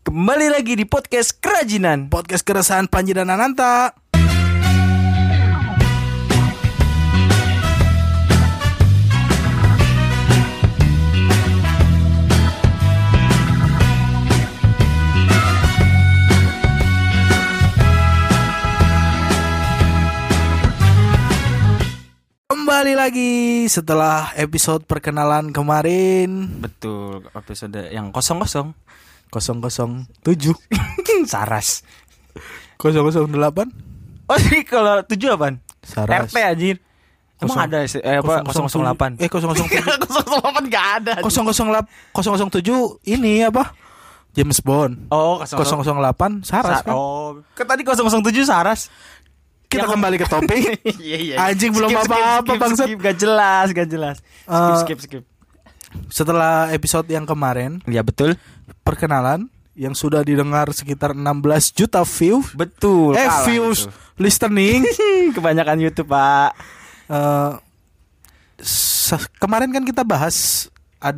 Kembali lagi di podcast Kerajinan, podcast keresahan Panji dan Ananta. Kembali lagi setelah episode perkenalan kemarin. betul, episode yang 00 007 Saras. 008 Oh sih, kalau 7 apaan? Saras. RT anjir. Emang ada 008? 007 008 gak ada. 007 ini apa? James Bond. Oh, 008 Saras kan? Oh, tadi 007 Saras. Kita kembali ke topik. Iya. Anjing belum apa-apa bangsat. Gak jelas. Skip. Setelah episode yang kemarin, Ya betul. perkenalan yang sudah didengar sekitar 16 juta view. Betul. Views listening. Kebanyakan YouTube, Pak. Kemarin kan kita bahas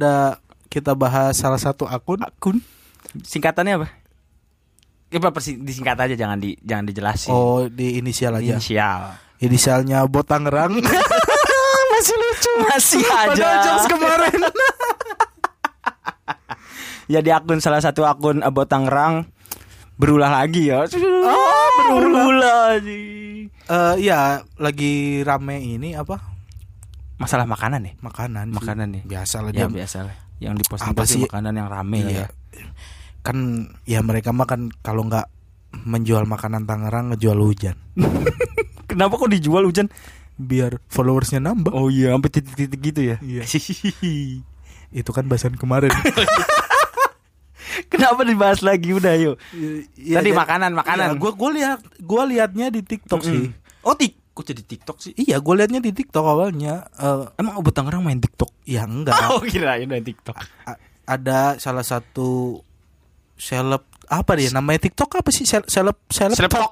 salah satu akun. Singkatannya apa? Disingkat aja, jangan dijelasin. Oh, di inisial aja. Inisialnya Bot Tangerang. Masih lucu. Masih aja. Padahal jokes kemarin. Ya, di salah satu akun Bot Tangerang berulah lagi ya. Berulah. Sih. Ya, lagi rame ini apa? Masalah makanan nih. Makanan nih. Biasa lah. Ya biasa lah. Yang diposting Apa pasti sih? makanan yang rame lah ya. Kan ya mereka makan kalau nggak menjual makanan Tangerang ngejual hujan. Kenapa kok dijual hujan? Biar followersnya nambah. Oh iya, sampai titik-titik gitu ya. Iya. Itu kan bahasan kemarin. Kenapa dibahas lagi, udah yuk. Ya, Tadi makanan. Ya, gue liatnya di TikTok sih. Oh, kok jadi TikTok sih? Iya, gue liatnya di TikTok awalnya. Emang Bot Tangerang main TikTok? Ya enggak. Oh, kirain main TikTok. Ada salah satu seleb apa dia namanya TikTok apa sih? Seleb Tok.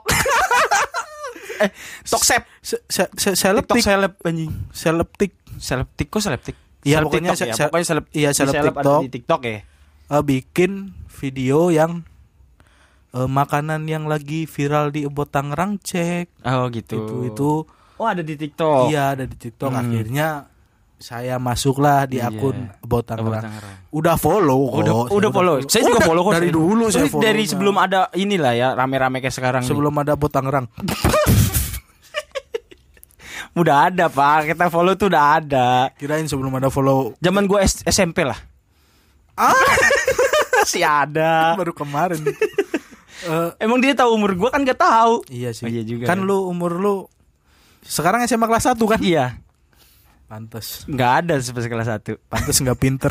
Toksep. Selebtik. Seleb anjing. Selebtik. Kok selebtik? Iya, Seleb pokoknya TikTok ya. Pokoknya seleb. Iya, seleb ada TikTok. di TikTok ya. Bikin video yang makanan yang lagi viral di Bot Tangerang, cek. Oh gitu. Itu. Oh, ada di TikTok. Iya, ada di TikTok. Akhirnya saya masuklah di akun Bot Tangerang. Udah follow kok. Udah follow. Saya juga follow kok. Dari dulu saya follow. Dari sebelum ada inilah ya, rame-rame kayak sekarang. Sebelum ada Bot Tangerang. Udah ada, Pak. Kita follow tuh udah ada. Kirain sebelum ada follow. Zaman gue SMP lah. Masih ada. Baru kemarin. Emang dia tahu umur gue kan gak tahu. Iya sih. Oh, iya juga. Kan lu umur lu sekarang SMA kelas 1 kan? Iya. Pantes. Nggak ada sampai kelas 1. Pantes nggak pinter.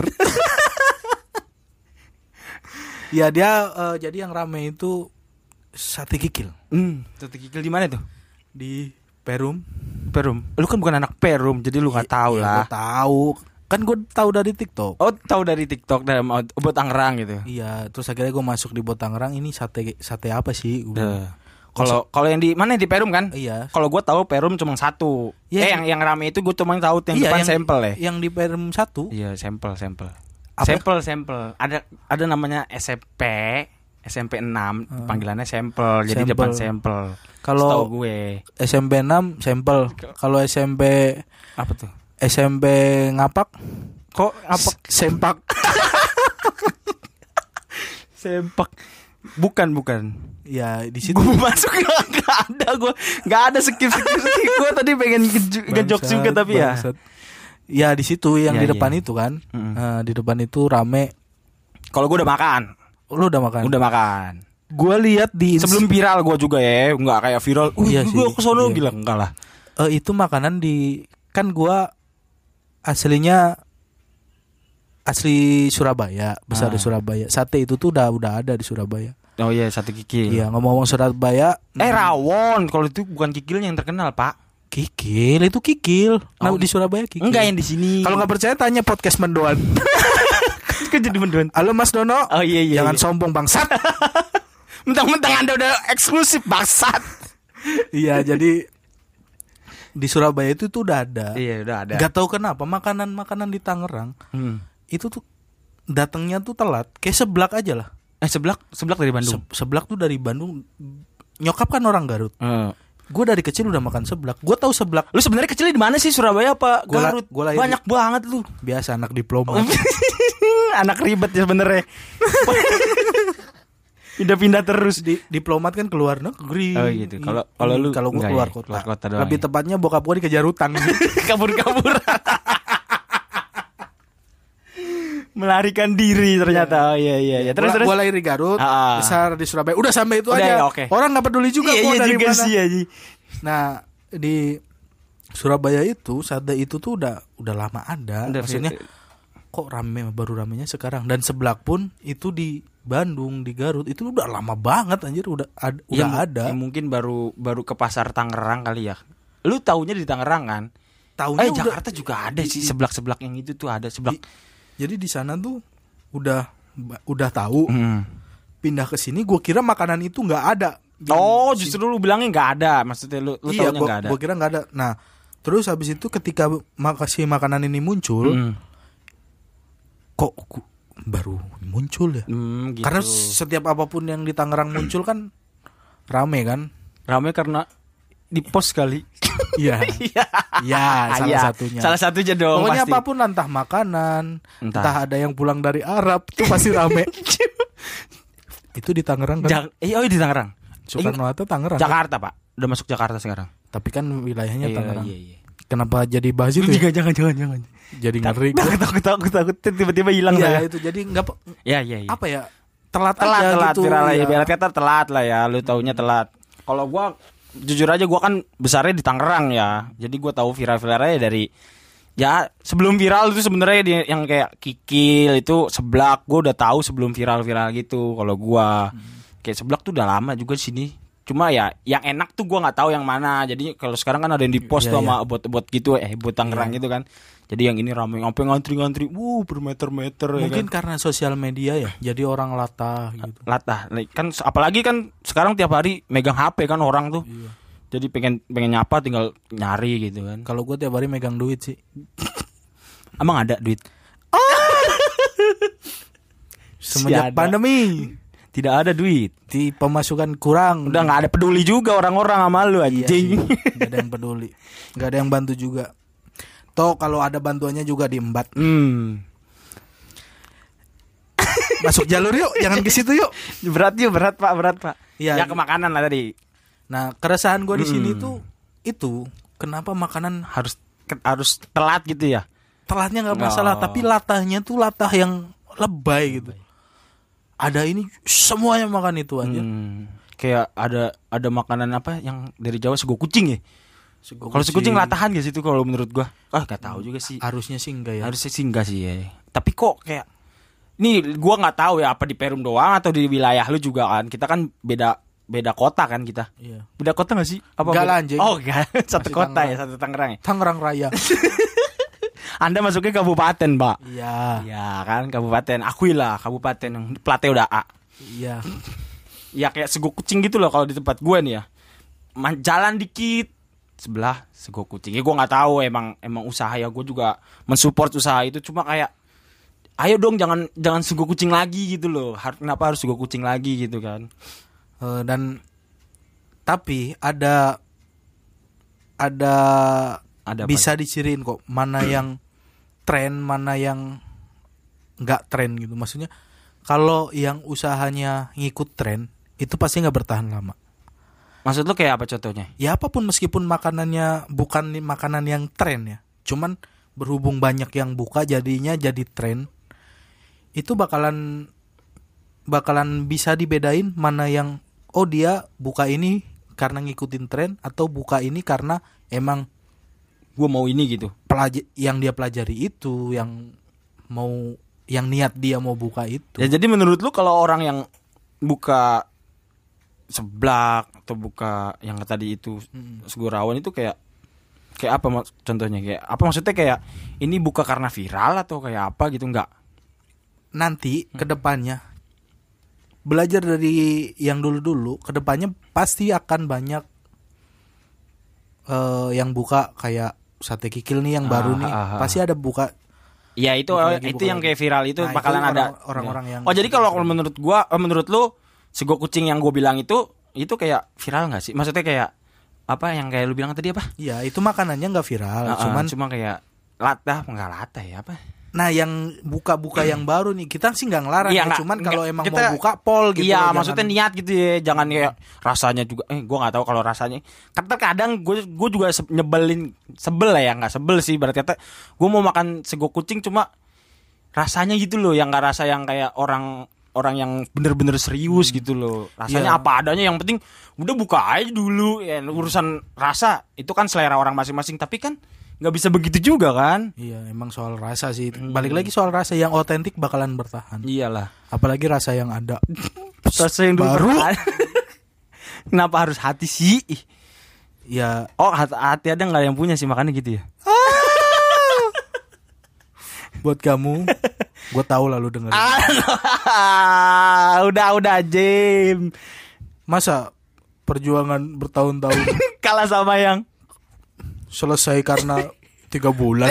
Ya dia jadi yang rame itu sate kikil. Sate kikil di mana tuh? Di Perum. Lu kan bukan anak Perum, jadi lu nggak tahu lah. Gue tahu. Kan gue tahu dari TikTok. Oh, tahu dari TikTok, dari Bot Tangerang gitu. Iya, terus akhirnya gue masuk di Bot Tangerang, ini sate apa sih? Kalau yang di mana, di Perum kan? Iya. Kalau gue tahu Perum cuma satu. Ya, yang rame itu gue cuma tahu yang depan sampel ya. Yang di Perum 1. Iya, sampel. Apa? Sampel. Ada namanya SMP 6, panggilannya sampel. Jadi depan sampel. Kalau gue SMP 6 sampel. Kalau SMP apa tuh? SMP ngapak. Kok ngapak? Sempak. Sempak. Bukan. Ya di situ. Gue masuk nggak ada skip. Gue tadi pengen ngejok juga tapi bangsat. Ya di situ yang di depan iya. itu kan. Di depan itu rame. Kalau gue udah makan. Lu udah makan? Udah makan. Gue lihat di sebelum viral gue juga ya, nggak kayak viral. Iya gue kesono iya. gila, enggak lah. Itu makanan di kan gue aslinya asli Surabaya, besar di Surabaya. Sate itu tuh udah ada di Surabaya. Oh iya, sate kikil. Iya, ngomong-ngomong Surabaya. Rawon, kalau itu bukan kikilnya yang terkenal, Pak. Kikil itu kikil. Nah, di Surabaya kikil. Enggak, yang di sini. Kalau nggak percaya tanya podcast Mendoan. Kan jadi Mendoan. Halo Mas Dono. Oh iya. Jangan sombong bangsat. Mentang-mentang Anda udah eksklusif bangsat. Iya, jadi di Surabaya itu tuh udah ada. Iya, udah ada. Gak tahu kenapa makanan di Tangerang itu tuh datangnya tuh telat, kayak seblak aja lah. Seblak dari Bandung. Seblak tuh dari Bandung. Nyokap kan orang Garut. Gue dari kecil udah makan seblak. Gue tahu seblak. Lu sebenarnya kecilnya di mana sih, Surabaya apa Garut? Banyak banget lu. Biasa anak diplomat. Anak ribet ya sebenarnya. Pindah-pindah terus. Diplomat kan keluar negeri. Oh gitu. Kalau lu gue keluar ya, kota. Keluar kota doang. Lebih tepatnya bokap gue dikejar utang. Kabur-kabur. Melarikan diri ternyata. Oh iya. Terus Gue lahir di Garut, besar di Surabaya. Udah sampai itu aja. Okay. Orang nggak peduli juga gue dari juga mana. Sih, nah, di Surabaya itu sate itu tuh udah lama ada. Maksudnya kok baru ramenya sekarang. Dan seblak pun itu di Bandung, di Garut itu udah lama banget anjir, udah ada. Ya, mungkin baru ke pasar Tangerang kali ya. Lu taunya di Tangerang kan? Taunya Jakarta juga ada sih seblak-seblak yang itu tuh ada seblak. Jadi di sana tuh udah tahu. Pindah ke sini gue kira makanan itu nggak ada. Justru lu bilangnya nggak ada. Maksudnya lu taunya nggak ada. Gue kira nggak ada. Nah, terus habis itu ketika makanan ini muncul, kok baru muncul ya? Gitu. Karena setiap apapun yang di Tangerang muncul kan rame kan? Rame karena di pos kali. Iya. Salah satunya. Salah satunya dong. Pokoknya pasti. apapun, entah makanan, entah ada yang pulang dari Arab, itu pasti rame. Itu di Tangerang kan? Di Tangerang. Soekarno-Hatta Tangerang. Jakarta, Pak. Udah masuk Jakarta sekarang. Tapi kan wilayahnya Tangerang. Iya. Kenapa jadi bahas itu? Jangan. Jadi ngeri. Takut tiba-tiba hilang ya. Itu jadi enggak. Iya. Apa ya? Telat gitu. Viral ya. Biar kata telat lah ya. Lu taunya telat. Kalau gua jujur aja gua kan besarnya di Tangerang ya. Jadi gua tahu viral-viralnya dari ya sebelum viral itu sebenarnya yang kayak kikil itu seblak gua udah tahu sebelum viral-viral gitu. Kalau gua kayak seblak tuh udah lama juga di sini. Cuma ya yang enak tuh gua nggak tahu yang mana. Jadi kalau sekarang kan ada yang di post tuh sama bot-bot gitu, bot Tangerang gitu kan. Jadi yang ini ramai sampai ngantri-ngantri, bermeter-meter. Mungkin ya kan? karena sosial media ya, jadi orang latah gitu. Latah, kan apalagi kan sekarang tiap hari megang HP kan orang tuh. Iya. Jadi pengen nyapa tinggal nyari gitu kan. Kalau gue tiap hari megang duit sih. Emang ada duit? Semenjak pandemi tidak ada duit, di pemasukan kurang. Udah nggak ada peduli juga orang-orang sama lu anjing. Nggak ada yang peduli, nggak ada yang bantu juga. Toh kalau ada bantuannya juga diembat. Masuk jalur yuk, jangan ke situ yuk. Berat pak. Ya ke makanan lah tadi. Nah keresahan gue di sini tuh itu kenapa makanan harus telat gitu ya? Telatnya nggak masalah, tapi latahnya tuh latah yang lebay gitu. Ada ini semuanya makan itu aja. Kayak ada makanan apa yang dari Jawa, sego kucing ya? Kalau sego kucing latahan gak sih itu kalau menurut gua? Gak tahu juga sih. Harusnya sih enggak ya. Harusnya sih enggak sih ya. Tapi kok kayak ini gua nggak tahu ya apa di Perum doang atau di wilayah lu juga kan. Kita kan beda kota kan kita. Iya. Beda kota gak sih? Apa enggak lah anjing. Oh enggak. Satu kota Tangerang. Ya, satu Tangerang ya. Tangerang Raya. Anda masuknya kabupaten, Pak. Iya. Iya kan, kabupaten. Akuilah kabupaten yang platnya udah A. Iya. Ya kayak sego kucing gitu loh kalau di tempat gue nih ya. Jalan dikit sebelah sego kucing. Ya gue nggak tahu emang usaha ya, gue juga mensupport usaha itu, cuma kayak ayo dong jangan sego kucing lagi gitu loh. Kenapa harus sego kucing lagi gitu kan? Dan tapi ada bisa diciriin kok mana yang tren, mana yang nggak tren gitu. Maksudnya kalau yang usahanya ngikut tren itu pasti nggak bertahan lama. Maksud lo kayak apa contohnya? Ya apapun, meskipun makanannya bukan makanan yang tren ya, cuman berhubung banyak yang buka jadinya jadi tren, itu bakalan bisa dibedain mana yang dia buka ini karena ngikutin tren atau buka ini karena emang gue mau ini gitu. Yang dia pelajari itu, yang niat dia mau buka itu. Ya jadi menurut lu kalau orang yang buka seblak atau buka yang tadi itu sego rawon itu kayak apa contohnya, kayak apa maksudnya, kayak ini buka karena viral atau kayak apa gitu? Enggak. Nanti kedepannya belajar dari yang dulu kedepannya pasti akan banyak yang buka kayak sate kikil nih yang baru nih pasti ada buka Ya itu yang kayak viral itu Nah, bakalan itu ada orang-orang yang Oh jadi kalau menurut gua menurut lu sego kucing yang gua bilang itu kayak viral nggak sih? Maksudnya kayak apa yang kayak lu bilang tadi apa? Iya, itu makanannya nggak viral, Cuma kayak latah enggak latah ya apa? Nah, yang buka-buka yang baru nih kita sih nggak ngelarang Iya, ya, cuman kalau emang kita, mau buka pol gitu. Iya, loh, maksudnya niat gitu ya, jangan kayak rasanya juga. Gua nggak tahu kalau rasanya. Kan terkadang gue juga sebel lah ya, nggak sebel sih. Berarti kata gue mau makan sego kucing cuma rasanya gitu loh, yang nggak rasa yang kayak orang yang bener-bener serius gitu loh. Rasanya apa adanya, yang penting udah buka aja dulu. Ya, urusan rasa itu kan selera orang masing-masing. Tapi kan nggak bisa begitu juga kan? Iya, emang soal rasa sih. Balik lagi soal rasa yang otentik bakalan bertahan. Iyalah. Apalagi rasa yang ada. Rasa yang baru. Kenapa harus hati sih? Ya. Oh, hati ada nggak yang punya sih, makanya gitu ya? Buat kamu, gue tahu lah lu dengerin. Udah Jim. Masa perjuangan bertahun-tahun Kalah sama yang selesai karena 3 bulan.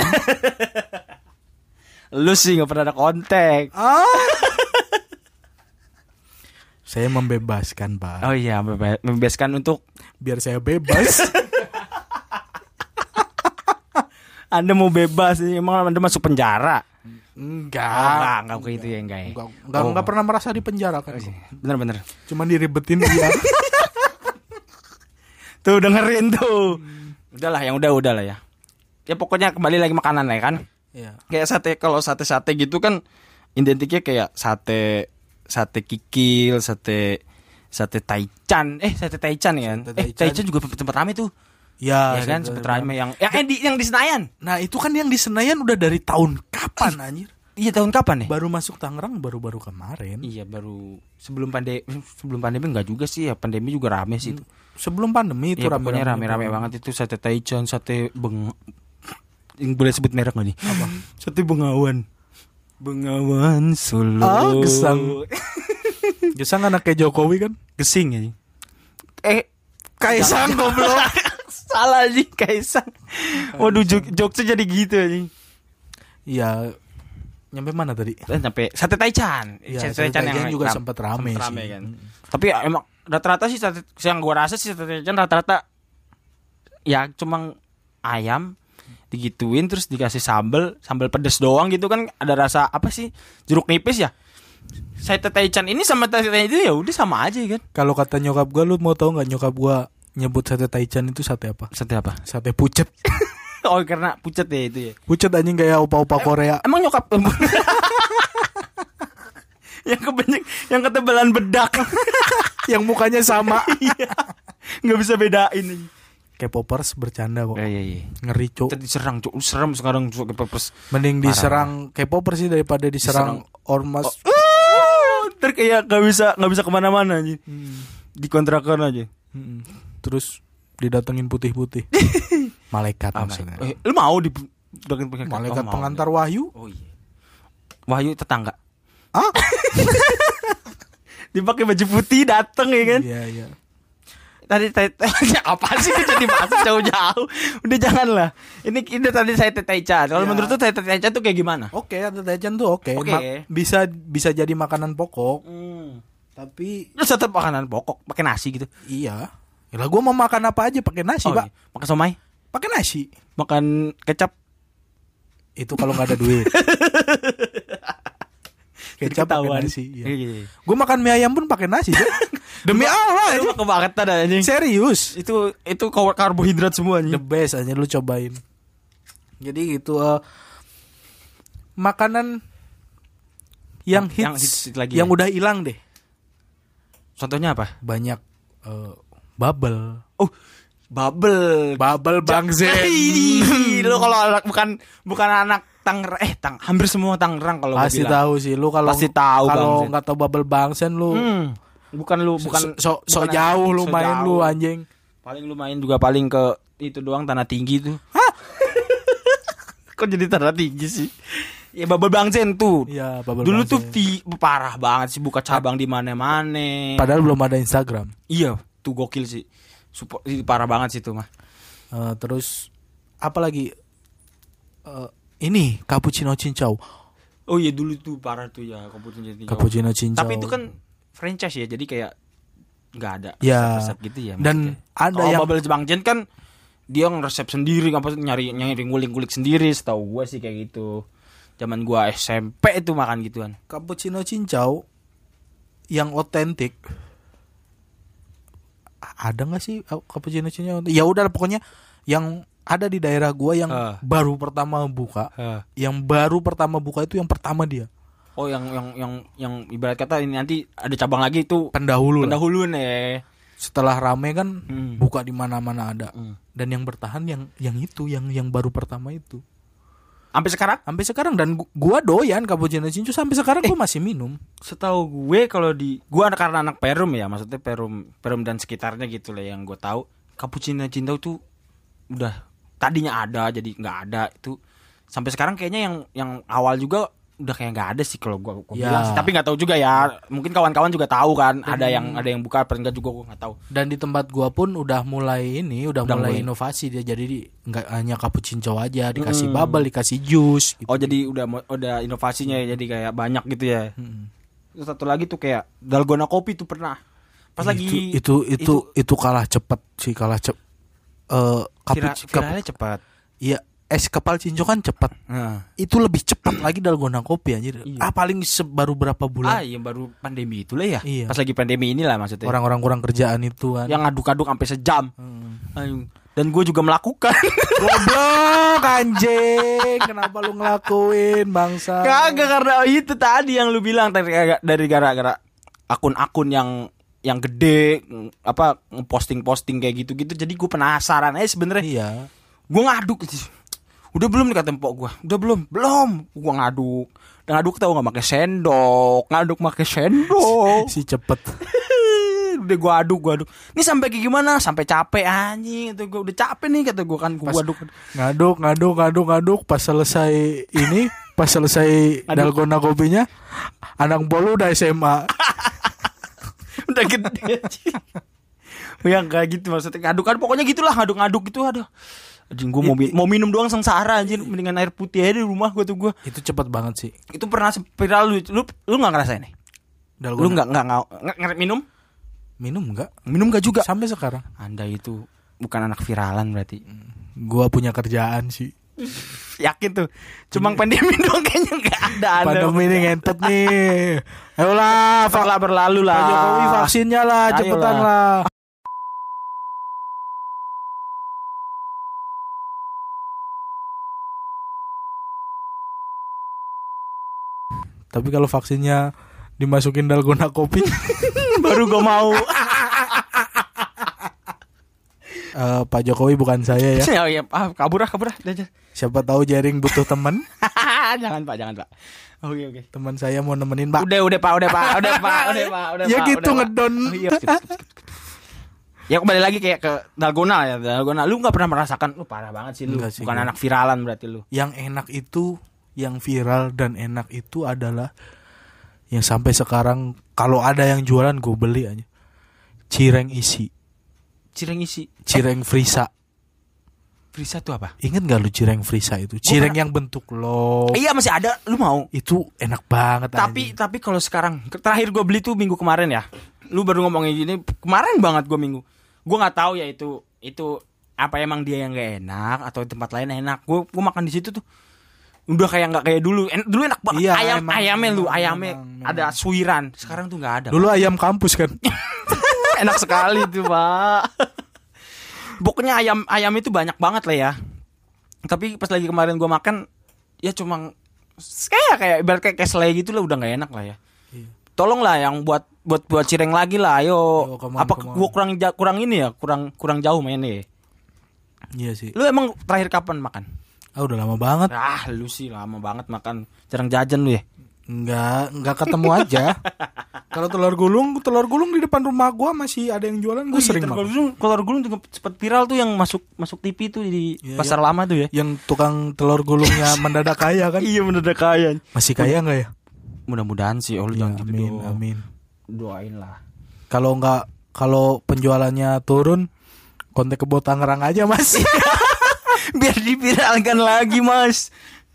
lu sih nggak pernah ada kontak. Saya membebaskan, Pak. Oh iya, membebaskan untuk Biar saya bebas. Anda mau bebas, emang Anda masuk penjara? Enggak. Enggak gitu ya, enggak ya. Enggak pernah merasa di penjara kan. Bener. Cuman diribetin dia. Tuh dengerin tuh. Udahlah, yang udah lah ya. Ya pokoknya kembali lagi makanan lah ya kan. Iya. Kayak sate, kalau sate gitu kan identiknya kayak sate kikil, sate taichan. Sate taichan ya. Taichan juga tempat rame tuh. Ya kan sempat rame yang di Senayan. Nah, itu kan yang di Senayan udah dari tahun kapan anjir? Iya, tahun kapan nih? Baru masuk Tangerang baru kemarin. Iya, baru sebelum pandemi enggak juga sih ya. Pandemi juga rame sih itu. Sebelum pandemi itu rame banget itu sate taichan, boleh sebut merek enggak nih? Apa? Sate Bengawan Solo. Gesang. Gesang anaknya Jokowi kan? Gesing ya. Kaisang goblok. Salah sih, Kaisang. Waduh, jokesnya jadi gitu anjing. Iya. Nyampe mana tadi? Sampai sate taichan. Ya, sate taichan yang juga sempat rame sih. Kan. Tapi emang rata-rata sih yang gua rasa sih sate taichan rata-rata ya cuma ayam digituin terus dikasih sambal pedes doang gitu kan, ada rasa apa sih? Jeruk nipis ya. Sate taichan ini sama sate taichan itu ya udah sama aja kan. Kalau kata nyokap gua, lu mau tahu enggak nyokap gua nyebut sate taichan itu sate apa? Sate apa? Sate pucet. Oh, karena pucet ya itu ya. Pucet anjing kayak opa-opa Korea. Emang nyokap yang ketebalan bedak. Yang mukanya sama. Nggak bisa bedain. K-popers bercanda kok. Iya. Ngeri, Cuk. Tadi diserang, Cuk. Serem sekarang K-popers. Mending diserang K-popers sih daripada diserang ormas. Ntar kayak nggak bisa kemana-mana aja. Dikontrakan aja. Terus didatengin putih-putih. Malaikat maksudnya. Lu mau didatengin malaikat pengantar wahyu? Oh iya. Wahyu tetangga. Dipakai baju putih dateng ya kan? Iya. Tadi apa sih jadi bahas jauh-jauh. Udah janganlah. Ini tadi saya taichan. Kalau menurut tuh saya taichan tuh kayak gimana? Oke, taichan tuh oke. Bisa jadi makanan pokok. Tapi tetap makanan pokok, pakai nasi gitu. Iya. Lah gua mau makan apa aja pakai nasi, Pak. Iya. Makan somai, pakai nasi. Makan kecap. Itu kalau enggak ada duit. Kecap pakai nasi. Iya. Gua makan mie ayam pun pakai nasi. Demi Allah, itu kebangetan anjing. Serius. Itu karbohidrat semua anjing. The best aja, lu cobain. Jadi gitu makanan yang hits lagi yang udah hilang deh. Contohnya apa? Banyak bubble. Oh, bubble Bang Zen. Lu kalau bukan anak Tangerang, hampir semua Tangerang kalau gua bilang. Pasti tahu sih lu kalau enggak tahu bubble Bang Zen lu. Bukan so jauh lu main lu anjing. Paling lu main juga paling ke itu doang, Tanah Tinggi tuh. Kok jadi Tanah Tinggi sih? Ya Bubble Bang Zen tuh. Iya, Bubble dulu Bang tuh Zen. Parah banget sih, buka cabang di mana-mana. Padahal belum ada Instagram. Iya, tuh gokil sih. Parah banget sih tuh mah. Terus apa lagi? ini cappuccino cincau. Oh iya dulu tuh parah tuh ya cappuccino. Cappuccino cincau. Tapi itu kan franchise ya, jadi kayak nggak ada ya, resep gitu ya. Dan maksudnya. ada Kalau yang Bubble Bang Jen kan dia ngeresep sendiri, apa nyari ngulik-ngulik sendiri. Setahu gue sih kayak gitu. Zaman gue SMP itu makan gituan. cappuccino cincau yang otentik. Ada nggak sih cappuccino cincau? Ya udah pokoknya yang ada di daerah gua yang baru pertama buka. Yang baru pertama buka itu yang pertama dia. Oh yang ibarat kata ini nanti ada cabang lagi itu Pendahulu nih. Setelah rame kan buka di mana-mana ada. Dan yang bertahan yang itu yang baru pertama itu. Sampai sekarang dan gua doyan cappuccino cincau sampai sekarang gua masih minum. Setahu gue kalau gua karena anak Perum ya, maksudnya Perum dan sekitarnya gitu lah yang gue tahu, cappuccino cincau tuh udah tadinya ada jadi nggak ada itu. Sampai sekarang kayaknya yang awal juga udah kayak nggak ada sih kalau gua bilang sih. Tapi nggak tahu juga ya. Mungkin kawan-kawan juga tahu kan. Ada yang buka apa enggak juga gua nggak tahu. Dan di tempat gua pun udah mulai inovasi dia, jadi nggak hanya cappuccino aja, dikasih bubble, dikasih jus. Gitu. Oh jadi udah inovasinya ya, jadi kayak banyak gitu ya. Terus satu lagi tuh kayak dalgona kopi tuh pernah. Pas lagi itu kalah cepet sih, viralnya cepat. Iya. Es kepal cincau kan cepat. Itu lebih cepat lagi dalgona kopi anjir. Iya. Paling baru berapa bulan. Iya baru pandemi itulah ya. Iya. Pas lagi pandemi inilah maksudnya. Orang-orang kurang kerjaan itu kan. Yang ngaduk-aduk sampai sejam. Dan gue juga melakukan. Goblok anjing. Kenapa lu ngelakuin bangsa? Kagak, karena itu tadi yang lu bilang dari gara-gara akun-akun yang gede apa posting kayak gitu-gitu. Jadi gue penasaran sebenarnya. Iya. Gue ngaduk gitu. Udah belum nih kata empok gue. Udah belum. Gue ngaduk. Dan ngaduk tau gak pakai sendok. Si cepet. Udah gue aduk. Ini sampai kayak gimana? Sampai capek anjing. Itu gue udah capek nih kata gue kan. Gue aduk. Ngaduk. Pas selesai dalgona kopinya, anak bolu udah SMA. Udah gede. Yang kayak gitu maksudnya. Ngaduk pokoknya gitulah, ngaduk gitu. Aduh. Anjing gue mau minum doang sengsara anjir, mendingan air putih aja di rumah gue tuh gue. Itu cepet banget sih. Itu pernah viral lu enggak ngerasain nih? Lu enggak minum? Minum enggak juga sampai sekarang. Anda itu bukan anak viralan berarti. Gua punya kerjaan sih. Yakin tuh. Cuma pandemi doang kayaknya enggak ada. Pandemi ini ngentot nih. Ayolah, berlalu lah. Pak Jokowi vaksinnya lah, cepetan lah. Tapi kalau vaksinnya dimasukin dalgona kopi baru gue mau. Pak Jokowi bukan saya ya. Oh iya, kabur. Siapa tahu Jaring butuh teman. Jangan Pak. Oke. Teman saya mau nemenin Pak. Udah Pak. Ya gitu ngedon. Ya kembali lagi kayak ke dalgona ya. Dalgona lu nggak pernah merasakan? Lu parah banget sih lu. Bukan anak viralan berarti lu. Yang enak itu, yang viral dan enak itu adalah yang sampai sekarang kalau ada yang jualan gue beli aja. Cireng isi. Cireng frisa. Frisa itu apa? Ingat gak lu cireng frisa itu? Cireng yang bentuk love. Iya masih ada. Lu mau? Itu enak banget. Tapi kalau sekarang terakhir gue beli tuh minggu kemarin ya. Lu baru ngomongin gini kemarin banget gue minggu. Gue nggak tahu ya itu apa emang dia yang nggak enak atau tempat lain enak. Gue makan di situ tuh. Udah kayak nggak kayak dulu. Dulu enak banget. Iya, ayamnya ada suiran. Sekarang tuh nggak ada. Dulu ayam kampus kan. Enak sekali tuh Pak. Pokoknya ayam itu banyak banget lah ya. Tapi pas lagi kemarin gue makan, ya cuma kayak ibarat kayak selai gitu lah, udah nggak enak lah ya. Iya. Tolong lah yang buat cireng lagi lah, ayo. Gue kurang ini ya, kurang jauh mainnya. Iya sih. Lu emang terakhir kapan makan? Udah lama banget. Lu sih lama banget makan. Jarang jajan lu ya? Enggak ketemu aja. Kalau telur gulung di depan rumah gua masih ada yang jualan, gua sering makan. Telur gulung juga sempat viral tuh yang masuk TV tuh di pasar lama tuh ya. Yang tukang telur gulungnya mendadak kaya kan? Iya, mendadak kaya. Masih kaya enggak ya? Mudah-mudahan sih. Oh, lu jangan gitu. Amin. Doain lah. Kalau penjualannya turun, kontak ke Tangerang aja Mas. Biar diviralkan lagi Mas.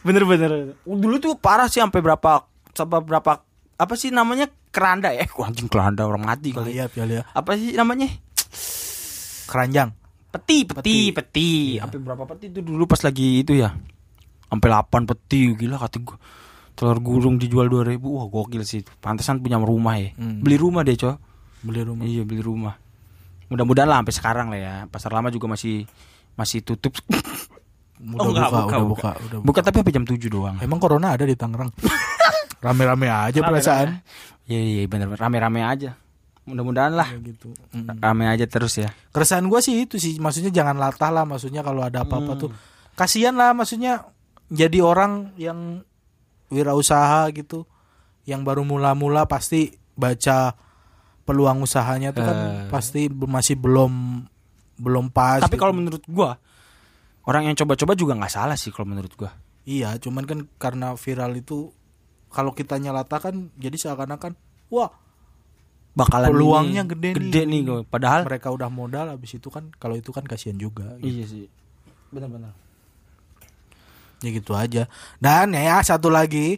Bener. Dulu tuh parah sih sampai berapa apa sih namanya keranda ya? Anjing keranda orang mati kali. Iya. Apa sih namanya? Keranjang. Peti. Sampai berapa peti itu dulu pas lagi itu ya? Sampai 8 peti, gila kata gue. Telur gulung dijual 2.000. Wah, gokil sih. Pantesan punya rumah ya. Beli rumah deh, coy. Iya, beli rumah. Mudah-mudahan lah sampai sekarang lah ya. Pasar lama juga masih tutup. Udah buka. Tapi sampai jam 7 doang. Emang corona ada di Tangerang? Rame-rame aja perasaan. Iya benar, rame-rame aja. Mudah-mudahan lah. Gitu. Rame aja terus ya. Keresahan gue sih itu sih, maksudnya jangan latah lah, maksudnya kalau ada apa-apa tuh kasihan lah, maksudnya jadi orang yang wirausaha gitu, yang baru mula-mula pasti baca peluang usahanya tuh kan pasti masih belum pas. Tapi gitu. kalau menurut gue, orang yang coba-coba juga nggak salah sih kalau menurut gue. Iya, cuman kan karena viral itu, kalau kita nyalata kan jadi seakan-akan wah bakalan peluangnya gede nih gue. Padahal mereka udah modal, habis itu kan kalau itu kan kasihan juga gitu. Iya sih, benar-benar. Ya gitu aja. Dan ya satu lagi,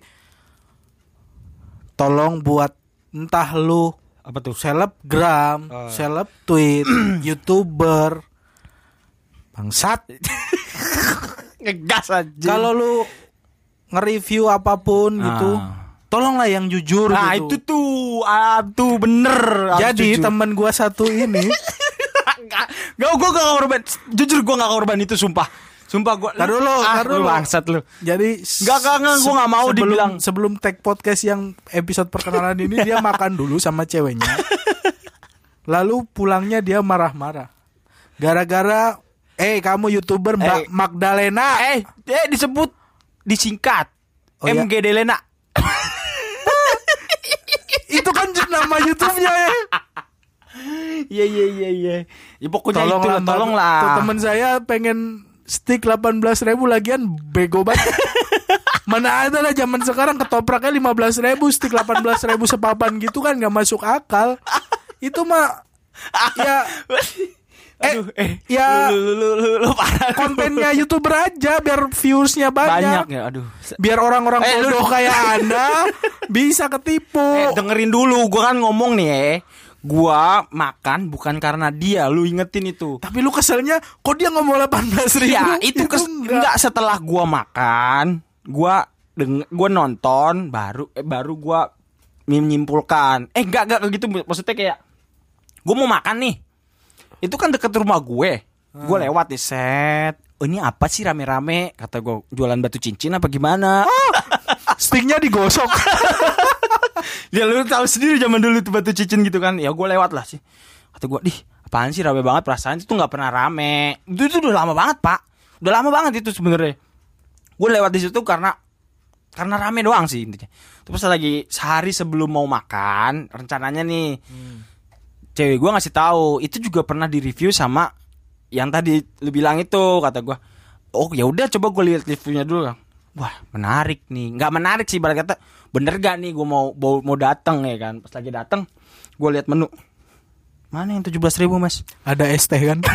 tolong buat entah lu Apa tuh? selebgram, seleb tweet, youtuber, bangsat. Ngegas aja. Kalau lu nge-review apapun gitu, tolonglah yang jujur nah gitu. itu tuh bener. Jadi teman gua satu ini gue gak korban. Jujur gue gak korban itu, sumpah gue. Tar dulu. Bangsat lu. Jadi Gak gue gak mau dibilang. Sebelum tag podcast yang episode perkenalan ini dia makan dulu sama ceweknya. Lalu pulangnya dia marah-marah. Gara-gara kamu YouTuber Mbak Magdalena. Disebut disingkat MG Delena. Itu kan nama YouTube-nya ya. Iya. Ya pokoknya tolonglah. Tuh teman saya pengen stick 18.000 lagian bego banget. Mana ada lah zaman sekarang ketopraknya 15.000, stick 18.000 sepapan gitu kan nggak masuk akal. Itu mah ya lu parah. Kontennya YouTuber aja biar viewersnya banyak ya, aduh. Biar orang-orang bodoh kayak Anda bisa ketipu. Dengerin dulu, gua kan ngomong nih gua makan bukan karena dia, lu ingetin itu. Tapi lu keselnya kok dia ngomong 18.000? Ya itu enggak setelah gua makan, gua nonton baru gua menyimpulkan. Enggak gitu, maksudnya kayak gua mau makan nih. Itu kan deket rumah gue. Gue lewat di set. Oh, ini apa sih rame-rame? Kata gue, jualan batu cincin apa gimana? Sticknya digosok. Ya lu tahu sendiri zaman dulu tuh batu cincin gitu kan. Ya gue lewat lah sih. Kata gue, apaan sih rame banget, perasaan itu nggak pernah rame. Itu udah lama banget, Pak. Udah lama banget itu sebenarnya. Gue lewat di situ karena rame doang sih intinya. Terus lagi sehari sebelum mau makan, rencananya nih. Cewek gue ngasih tahu, itu juga pernah di-review sama yang tadi lu bilang itu, kata gue. Oh ya udah, coba gue lihat reviewnya dulu. Wah menarik nih, nggak menarik sih, ibarat kata bener gak nih gue mau datang ya kan. Pas lagi datang, gue lihat menu, mana yang 17.000 mas? Ada es teh kan?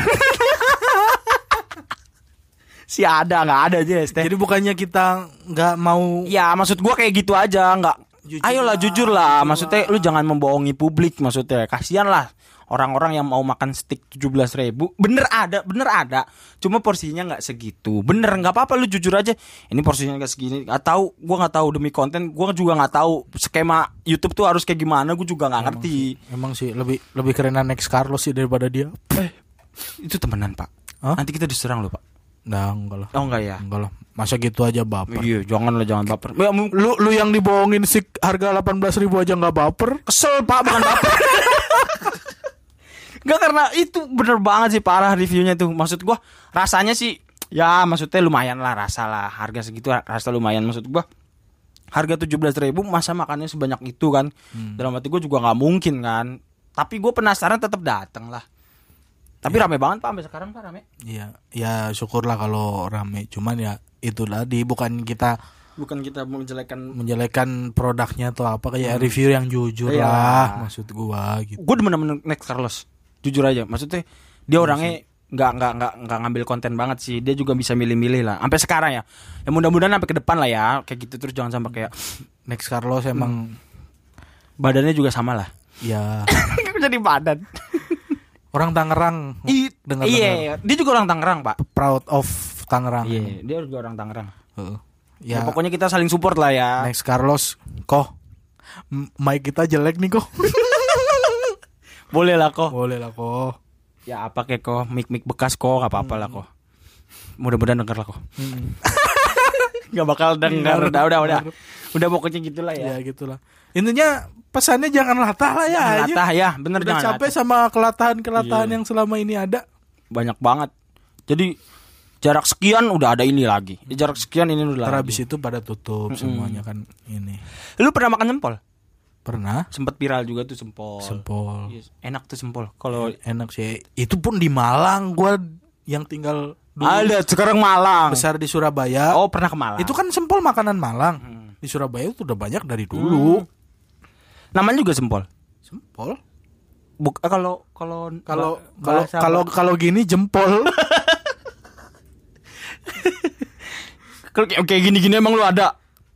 Si ada, nggak ada aja es teh. Jadi bukannya kita nggak mau? Ya maksud gue kayak gitu aja, nggak. Ayolah jujur lah, maksudnya lu jangan membohongi publik, maksudnya kasihan lah orang-orang yang mau makan stick 17.000. Bener ada, cuma porsinya nggak segitu. Bener, nggak apa-apa lu jujur aja. Ini porsinya nggak segini. Nggak tahu, gue nggak tahu demi konten, gue juga nggak tahu skema YouTube tuh harus kayak gimana, gue juga nggak ngerti. Emang sih lebih kerenan Next Carlos sih daripada dia. Itu temenan pak. Nanti kita diserang loh pak. Nah enggak lah. Oh enggak ya. Enggak lah. Masa gitu aja baper. Iya, jangan baper. Lu yang dibohongin stick harga 18.000 aja nggak baper. Kesel pak, bukan baper. Enggak, karena itu bener banget sih, parah reviewnya tuh. Maksud gua rasanya sih ya maksudnya lumayan lah, rasa lah. Harga segitu rasa lumayan, maksud gua. Harga 17.000 masa makannya sebanyak itu kan. Dalam hati gua juga nggak mungkin kan. Tapi gua penasaran, tetap datang lah. Tapi rame banget pak, sampai sekarang pak rame. Iya, ya syukurlah kalau rame. Cuman ya itu tadi, bukan kita menjelekan produknya atau apa, kayak review yang jujur lah maksud gua gitu. Gua demen Next Carlos, jujur aja. Maksudnya dia orangnya nggak ngambil konten banget sih. Dia juga bisa milih-milih lah. Sampai sekarang ya. Ya mudah-mudahan sampai ke depan lah ya. Kayak gitu terus jangan sampai kayak Next Carlos emang badannya juga sama lah. ya Jadi badan. orang Tangerang. Dengar-dengar. Iya, dia juga orang Tangerang, Pak. Proud of Tangerang. Iya, dia juga orang Tangerang. Ya, Ya, pokoknya kita saling support lah ya. Next Carlos, kok mic kita jelek nih kok. Boleh lah kok. Boleh lah kok. Ya apa kek kok, mic bekas kok, gak apa-apa lah kok. Mudah-mudahan denger lah kok. Gak bakal denger. Udah pokoknya gitulah ya. Ya gitulah. Intinya pesannya jangan latah lah ya. Jangan aja. latah ya, bener Udah jangan capek latah. sama kelatahan Iya. yang selama ini ada. Banyak banget. Jadi jarak sekian udah ada ini lagi. Jarak sekian ini udah Ntar lagi. habis itu pada tutup semuanya kan ini. Lu pernah makan sempol? Pernah Sempet viral juga tuh sempol. sempol. Yes, enak tuh sempol. Kalau Enak sih. Itu pun di Malang. Gua yang tinggal dulu ada sekarang Malang. besar di Surabaya. Oh, pernah ke Malang. Itu kan sempol makanan Malang. Di Surabaya itu udah banyak dari dulu. namanya juga sempol. Sempol. Kalau bahasa Kalau gini jempol. kalau kayak gini-gini emang lu ada.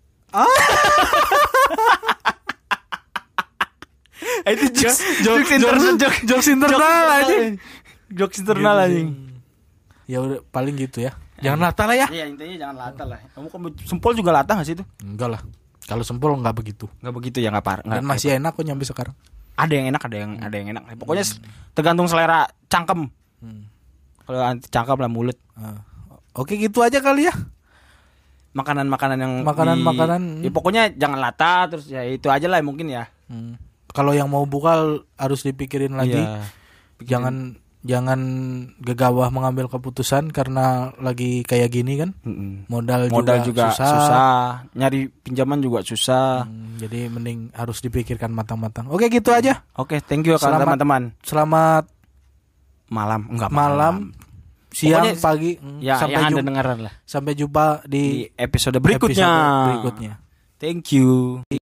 Itu jokes internal aja. Jokes internal aja. Ya udah paling gitu ya. Jangan latah lah ya. Iya, intinya jangan latah lah. Kamu kan sempol juga latah gak sih itu? Enggak lah. Kalau sempol enggak begitu. Enggak begitu ya, enggak parah. Dan masih enak kok nyampe sekarang. Ada yang enak, ada yang enak. Pokoknya tergantung selera cangkem. Kalau anti cangkem lah mulut. Oke gitu aja kali ya. Makanan-makanan yang Makanan-makanan. ya pokoknya jangan latah terus ya itu aja lah mungkin ya. Kalau yang mau buka harus dipikirin lagi. Iya. Jangan gegabah mengambil keputusan karena lagi kayak gini kan. Modal juga susah. Nyari pinjaman juga susah. Jadi mending harus dipikirkan matang-matang. Oke gitu aja. Oke, thank you teman-teman. Selamat Malam, enggak malam, siang, Pokoknya, pagi. Ya, yang Anda dengarkan lah. Sampai jumpa Di di episode berikutnya. episode berikutnya. Thank you.